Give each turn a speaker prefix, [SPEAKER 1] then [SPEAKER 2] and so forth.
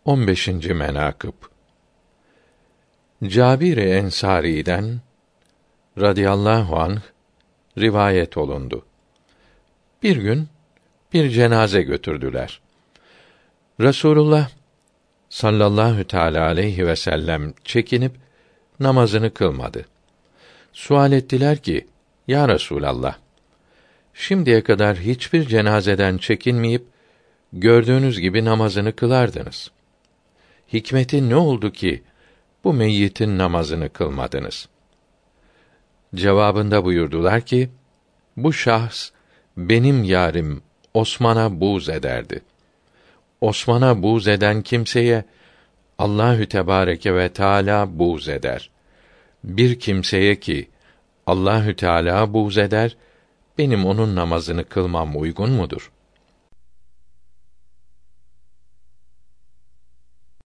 [SPEAKER 1] 15. menakıb Cabir-i Ensari'den radıyallahu anh rivayet olundu. Bir gün bir cenaze götürdüler. Resulullah sallallahu teâlâ aleyhi ve sellem çekinip namazını kılmadı. Sual ettiler ki: Ya Resulallah, şimdiye kadar hiçbir cenazeden çekinmeyip gördüğünüz gibi namazını kılardınız. Hikmeti ne oldu ki bu meyyitin namazını kılmadınız? Cevabında buyurdular ki: Bu şahs benim yârim Osman'a buğz ederdi. Osman'a buğz eden kimseye Allahü Tebareke ve Teâlâ buğz eder. Bir kimseye ki Allahü Teâlâ buğz eder, benim onun namazını kılmam uygun mudur?